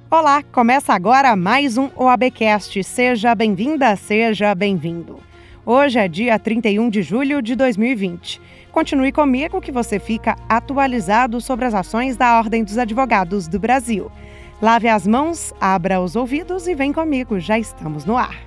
Olá, começa agora mais um OABcast. Seja bem-vinda, seja bem-vindo. Hoje é dia 31 de julho de 2020. Continue comigo que você fica atualizado sobre as ações da Ordem dos Advogados do Brasil. Lave as mãos, abra os ouvidos e vem comigo, já estamos no ar.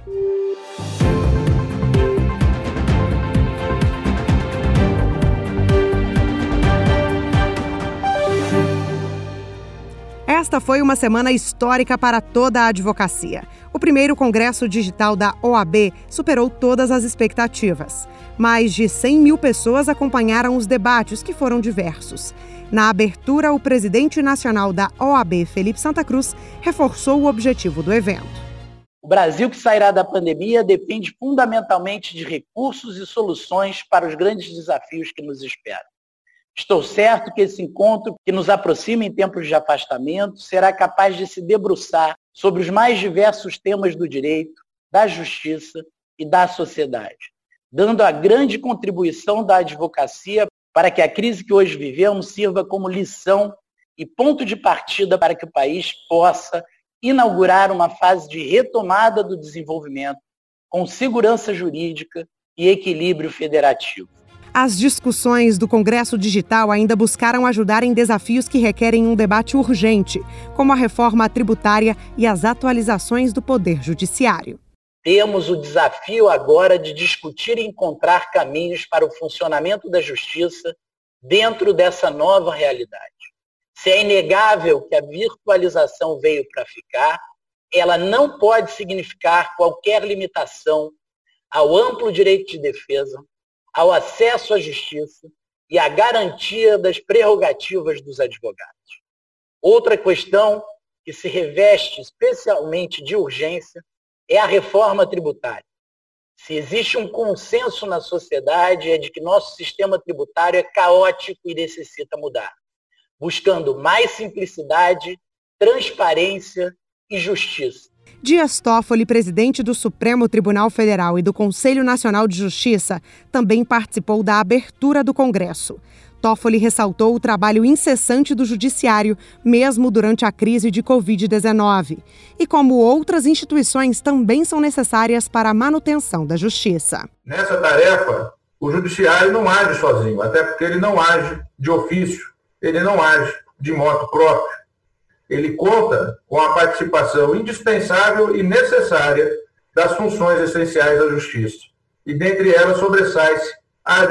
Esta foi uma semana histórica para toda a advocacia. O primeiro congresso digital da OAB superou todas as expectativas. Mais de 100 mil pessoas acompanharam os debates, que foram diversos. Na abertura, o presidente nacional da OAB, Felipe Santa Cruz, reforçou o objetivo do evento. O Brasil que sairá da pandemia depende fundamentalmente de recursos e soluções para os grandes desafios que nos esperam. Estou certo que esse encontro, que nos aproxima em tempos de afastamento, será capaz de se debruçar sobre os mais diversos temas do direito, da justiça e da sociedade, dando a grande contribuição da advocacia para que a crise que hoje vivemos sirva como lição e ponto de partida para que o país possa inaugurar uma fase de retomada do desenvolvimento com segurança jurídica e equilíbrio federativo. As discussões do Congresso Digital ainda buscaram ajudar em desafios que requerem um debate urgente, como a reforma tributária e as atualizações do Poder Judiciário. Temos o desafio agora de discutir e encontrar caminhos para o funcionamento da justiça dentro dessa nova realidade. Se é inegável que a virtualização veio para ficar, ela não pode significar qualquer limitação ao amplo direito de defesa, ao acesso à justiça e à garantia das prerrogativas dos advogados. Outra questão que se reveste especialmente de urgência é a reforma tributária. Se existe um consenso na sociedade é de que nosso sistema tributário é caótico e necessita mudar, buscando mais simplicidade, transparência e justiça. Dias Toffoli, presidente do Supremo Tribunal Federal e do Conselho Nacional de Justiça, também participou da abertura do Congresso. Toffoli ressaltou o trabalho incessante do Judiciário, mesmo durante a crise de Covid-19, e como outras instituições também são necessárias para a manutenção da Justiça. Nessa tarefa, o Judiciário não age sozinho, até porque ele não age de ofício, ele não age de motu próprio. Ele conta com a participação indispensável e necessária das funções essenciais da Justiça. E dentre elas sobressai-se a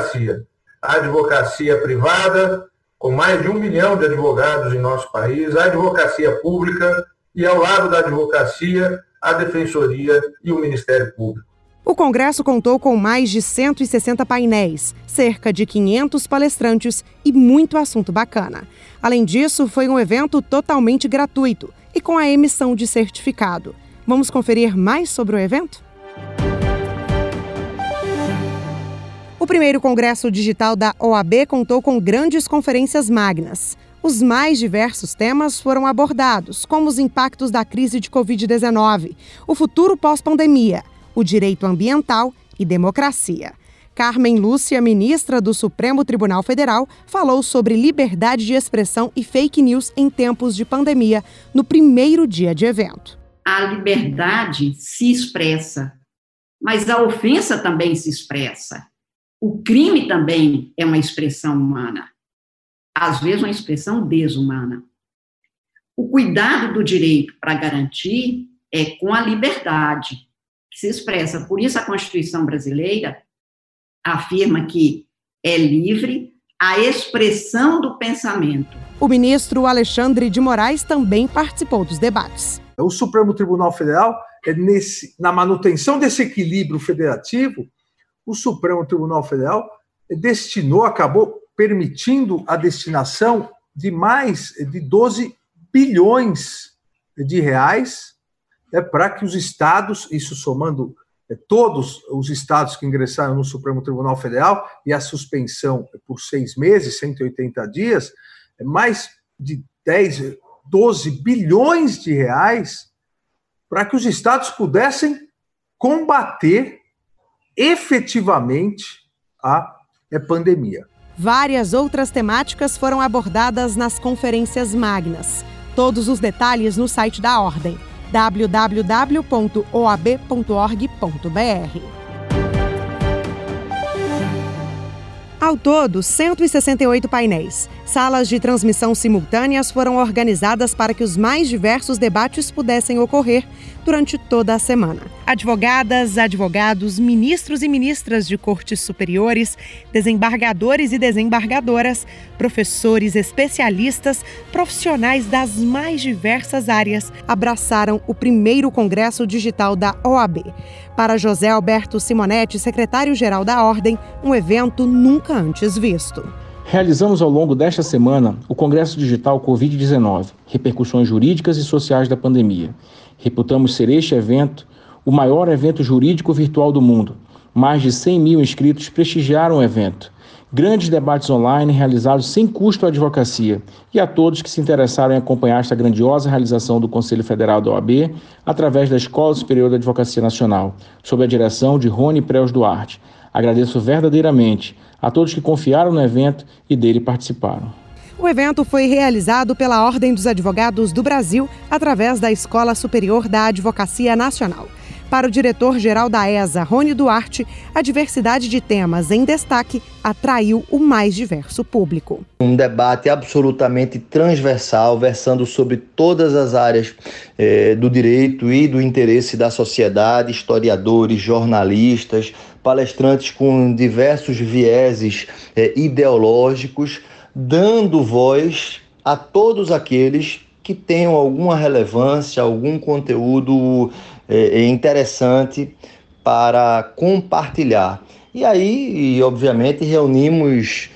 advocacia privada, com mais de 1 milhão de advogados em nosso país, a advocacia pública e, ao lado da advocacia, a Defensoria e o Ministério Público. O Congresso contou com mais de 160 painéis, cerca de 500 palestrantes e muito assunto bacana. Além disso, foi um evento totalmente gratuito e com a emissão de certificado. Vamos conferir mais sobre o evento? O primeiro Congresso Digital da OAB contou com grandes conferências magnas. Os mais diversos temas foram abordados, como os impactos da crise de Covid-19, o futuro pós-pandemia, o direito ambiental e democracia. Carmen Lúcia, ministra do Supremo Tribunal Federal, falou sobre liberdade de expressão e fake news em tempos de pandemia no primeiro dia de evento. A liberdade se expressa, mas a ofensa também se expressa. O crime também é uma expressão humana, às vezes uma expressão desumana. O cuidado do direito para garantir é com a liberdade que se expressa. Por isso a Constituição brasileira afirma que é livre a expressão do pensamento. O ministro Alexandre de Moraes também participou dos debates. O Supremo Tribunal Federal, na manutenção desse equilíbrio federativo, o Supremo Tribunal Federal acabou permitindo a destinação de mais de 12 bilhões de reais para que os estados, isso somando todos os estados que ingressaram no Supremo Tribunal Federal e a suspensão por 6 meses, 180 dias, mais de 12 bilhões de reais para que os estados pudessem combater efetivamente a pandemia. Várias outras temáticas foram abordadas nas conferências magnas. todos os detalhes no site da Ordem, www.oab.org.br. Ao todo, 168 painéis. Salas de transmissão simultâneas foram organizadas para que os mais diversos debates pudessem ocorrer durante toda a semana. Advogadas, advogados, ministros e ministras de cortes superiores, desembargadores e desembargadoras, professores, especialistas, profissionais das mais diversas áreas abraçaram o primeiro Congresso Digital da OAB. Para José Alberto Simonetti, secretário-geral da Ordem, um evento nunca antes visto. Realizamos ao longo desta semana o Congresso Digital Covid-19, repercussões jurídicas e sociais da pandemia. Reputamos ser este evento o maior evento jurídico virtual do mundo. Mais de 100 mil inscritos prestigiaram o evento. Grandes debates online realizados sem custo à advocacia e a todos que se interessaram em acompanhar esta grandiosa realização do Conselho Federal da OAB através da Escola Superior da Advocacia Nacional, sob a direção de Rony Preus Duarte. Agradeço verdadeiramente a todos que confiaram no evento e dele participaram. O evento foi realizado pela Ordem dos Advogados do Brasil através da Escola Superior da Advocacia Nacional. Para o diretor-geral da ESA, Rony Duarte, a diversidade de temas em destaque atraiu o mais diverso público. Um debate absolutamente transversal, versando sobre todas as áreas do direito e do interesse da sociedade, historiadores, jornalistas, palestrantes com diversos vieses ideológicos, dando voz a todos aqueles que tenham alguma relevância, algum conteúdo interessante para compartilhar. E aí, obviamente, reunimos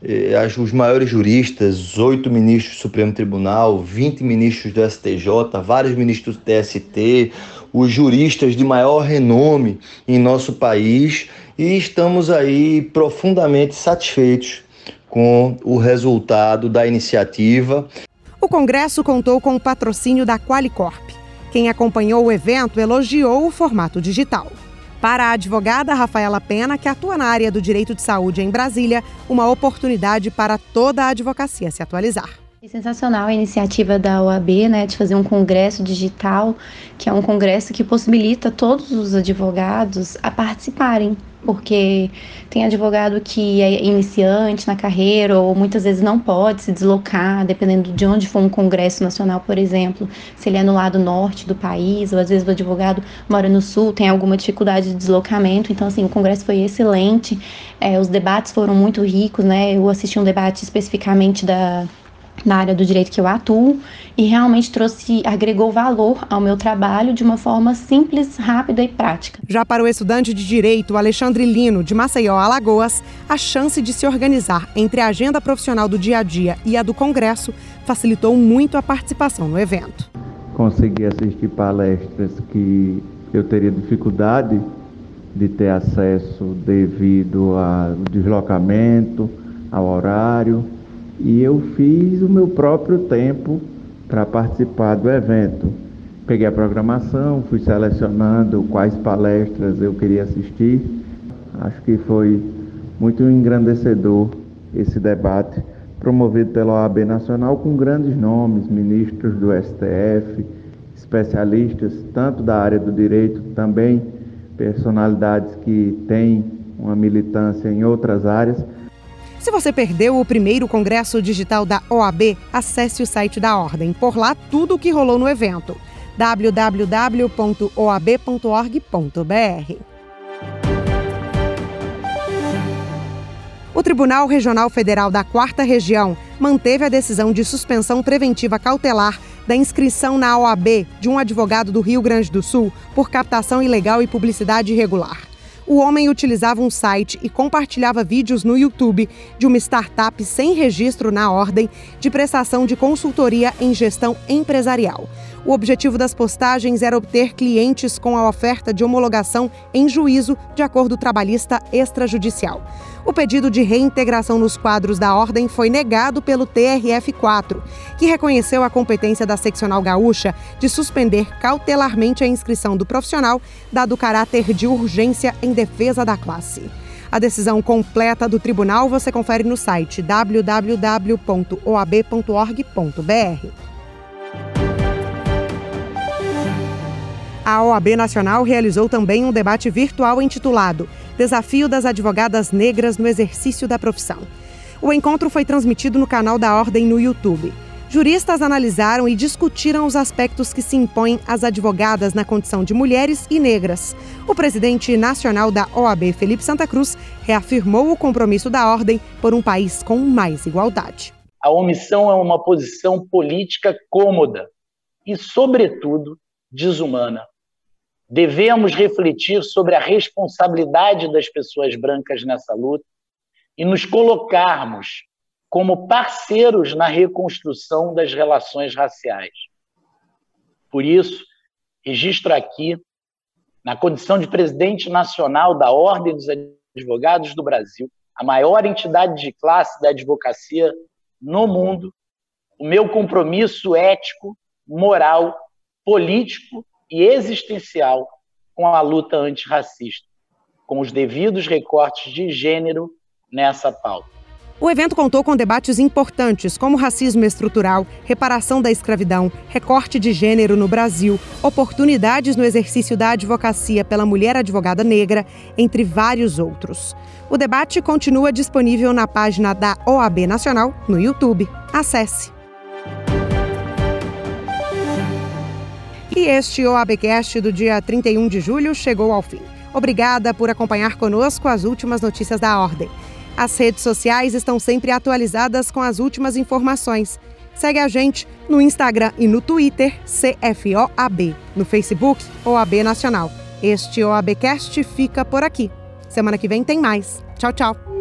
os maiores juristas, 8 ministros do Supremo Tribunal, 20 ministros do STJ, vários ministros do TST, os juristas de maior renome em nosso país, e estamos aí profundamente satisfeitos com o resultado da iniciativa. O Congresso contou com o patrocínio da Qualicorp. Quem acompanhou o evento elogiou o formato digital. Para a advogada Rafaela Pena, que atua na área do direito de saúde em Brasília, uma oportunidade para toda a advocacia se atualizar. É sensacional a iniciativa da OAB, de fazer um congresso digital, que é um congresso que possibilita todos os advogados a participarem, porque tem advogado que é iniciante na carreira ou muitas vezes não pode se deslocar, dependendo de onde for um congresso nacional, por exemplo, se ele é no lado norte do país, ou às vezes o advogado mora no sul, tem alguma dificuldade de deslocamento. Então, assim, o congresso foi excelente, os debates foram muito ricos, eu assisti um debate especificamente na área do direito que eu atuo, e realmente agregou valor ao meu trabalho de uma forma simples, rápida e prática. Já para o estudante de Direito Alexandre Lino, de Maceió, Alagoas, a chance de se organizar entre a agenda profissional do dia a dia e a do Congresso facilitou muito a participação no evento. Consegui assistir palestras que eu teria dificuldade de ter acesso devido ao deslocamento, ao horário, e eu fiz o meu próprio tempo para participar do evento. Peguei a programação, fui selecionando quais palestras eu queria assistir. Acho que foi muito engrandecedor esse debate promovido pela OAB Nacional com grandes nomes, ministros do STF, especialistas tanto da área do direito, também personalidades que têm uma militância em outras áreas. Se você perdeu o primeiro Congresso Digital da OAB, acesse o site da Ordem. Por lá, tudo o que rolou no evento. www.oab.org.br. O Tribunal Regional Federal da 4ª Região manteve a decisão de suspensão preventiva cautelar da inscrição na OAB de um advogado do Rio Grande do Sul por captação ilegal e publicidade irregular. O homem utilizava um site e compartilhava vídeos no YouTube de uma startup sem registro na Ordem de prestação de consultoria em gestão empresarial. O objetivo das postagens era obter clientes com a oferta de homologação em juízo de acordo trabalhista extrajudicial. O pedido de reintegração nos quadros da Ordem foi negado pelo TRF4, que reconheceu a competência da seccional gaúcha de suspender cautelarmente a inscrição do profissional, dado o caráter de urgência em defesa da classe. A decisão completa do tribunal você confere no site www.oab.org.br. A OAB Nacional realizou também um debate virtual intitulado Desafio das Advogadas Negras no Exercício da Profissão. O encontro foi transmitido no canal da Ordem no YouTube. Juristas analisaram e discutiram os aspectos que se impõem às advogadas na condição de mulheres e negras. O presidente nacional da OAB, Felipe Santa Cruz, reafirmou o compromisso da Ordem por um país com mais igualdade. A omissão é uma posição política cômoda e, sobretudo, desumana. Devemos refletir sobre a responsabilidade das pessoas brancas nessa luta e nos colocarmos como parceiros na reconstrução das relações raciais. Por isso, registro aqui, na condição de presidente nacional da Ordem dos Advogados do Brasil, a maior entidade de classe da advocacia no mundo, o meu compromisso ético, moral, político e existencial com a luta antirracista, com os devidos recortes de gênero nessa pauta. O evento contou com debates importantes como racismo estrutural, reparação da escravidão, recorte de gênero no Brasil, oportunidades no exercício da advocacia pela mulher advogada negra, entre vários outros. O debate continua disponível na página da OAB Nacional no YouTube. Acesse! E este OABcast do dia 31 de julho chegou ao fim. Obrigada por acompanhar conosco as últimas notícias da Ordem. As redes sociais estão sempre atualizadas com as últimas informações. Segue a gente no Instagram e no Twitter, CFOAB. No Facebook, OAB Nacional. Este OABcast fica por aqui. Semana que vem tem mais. Tchau, tchau.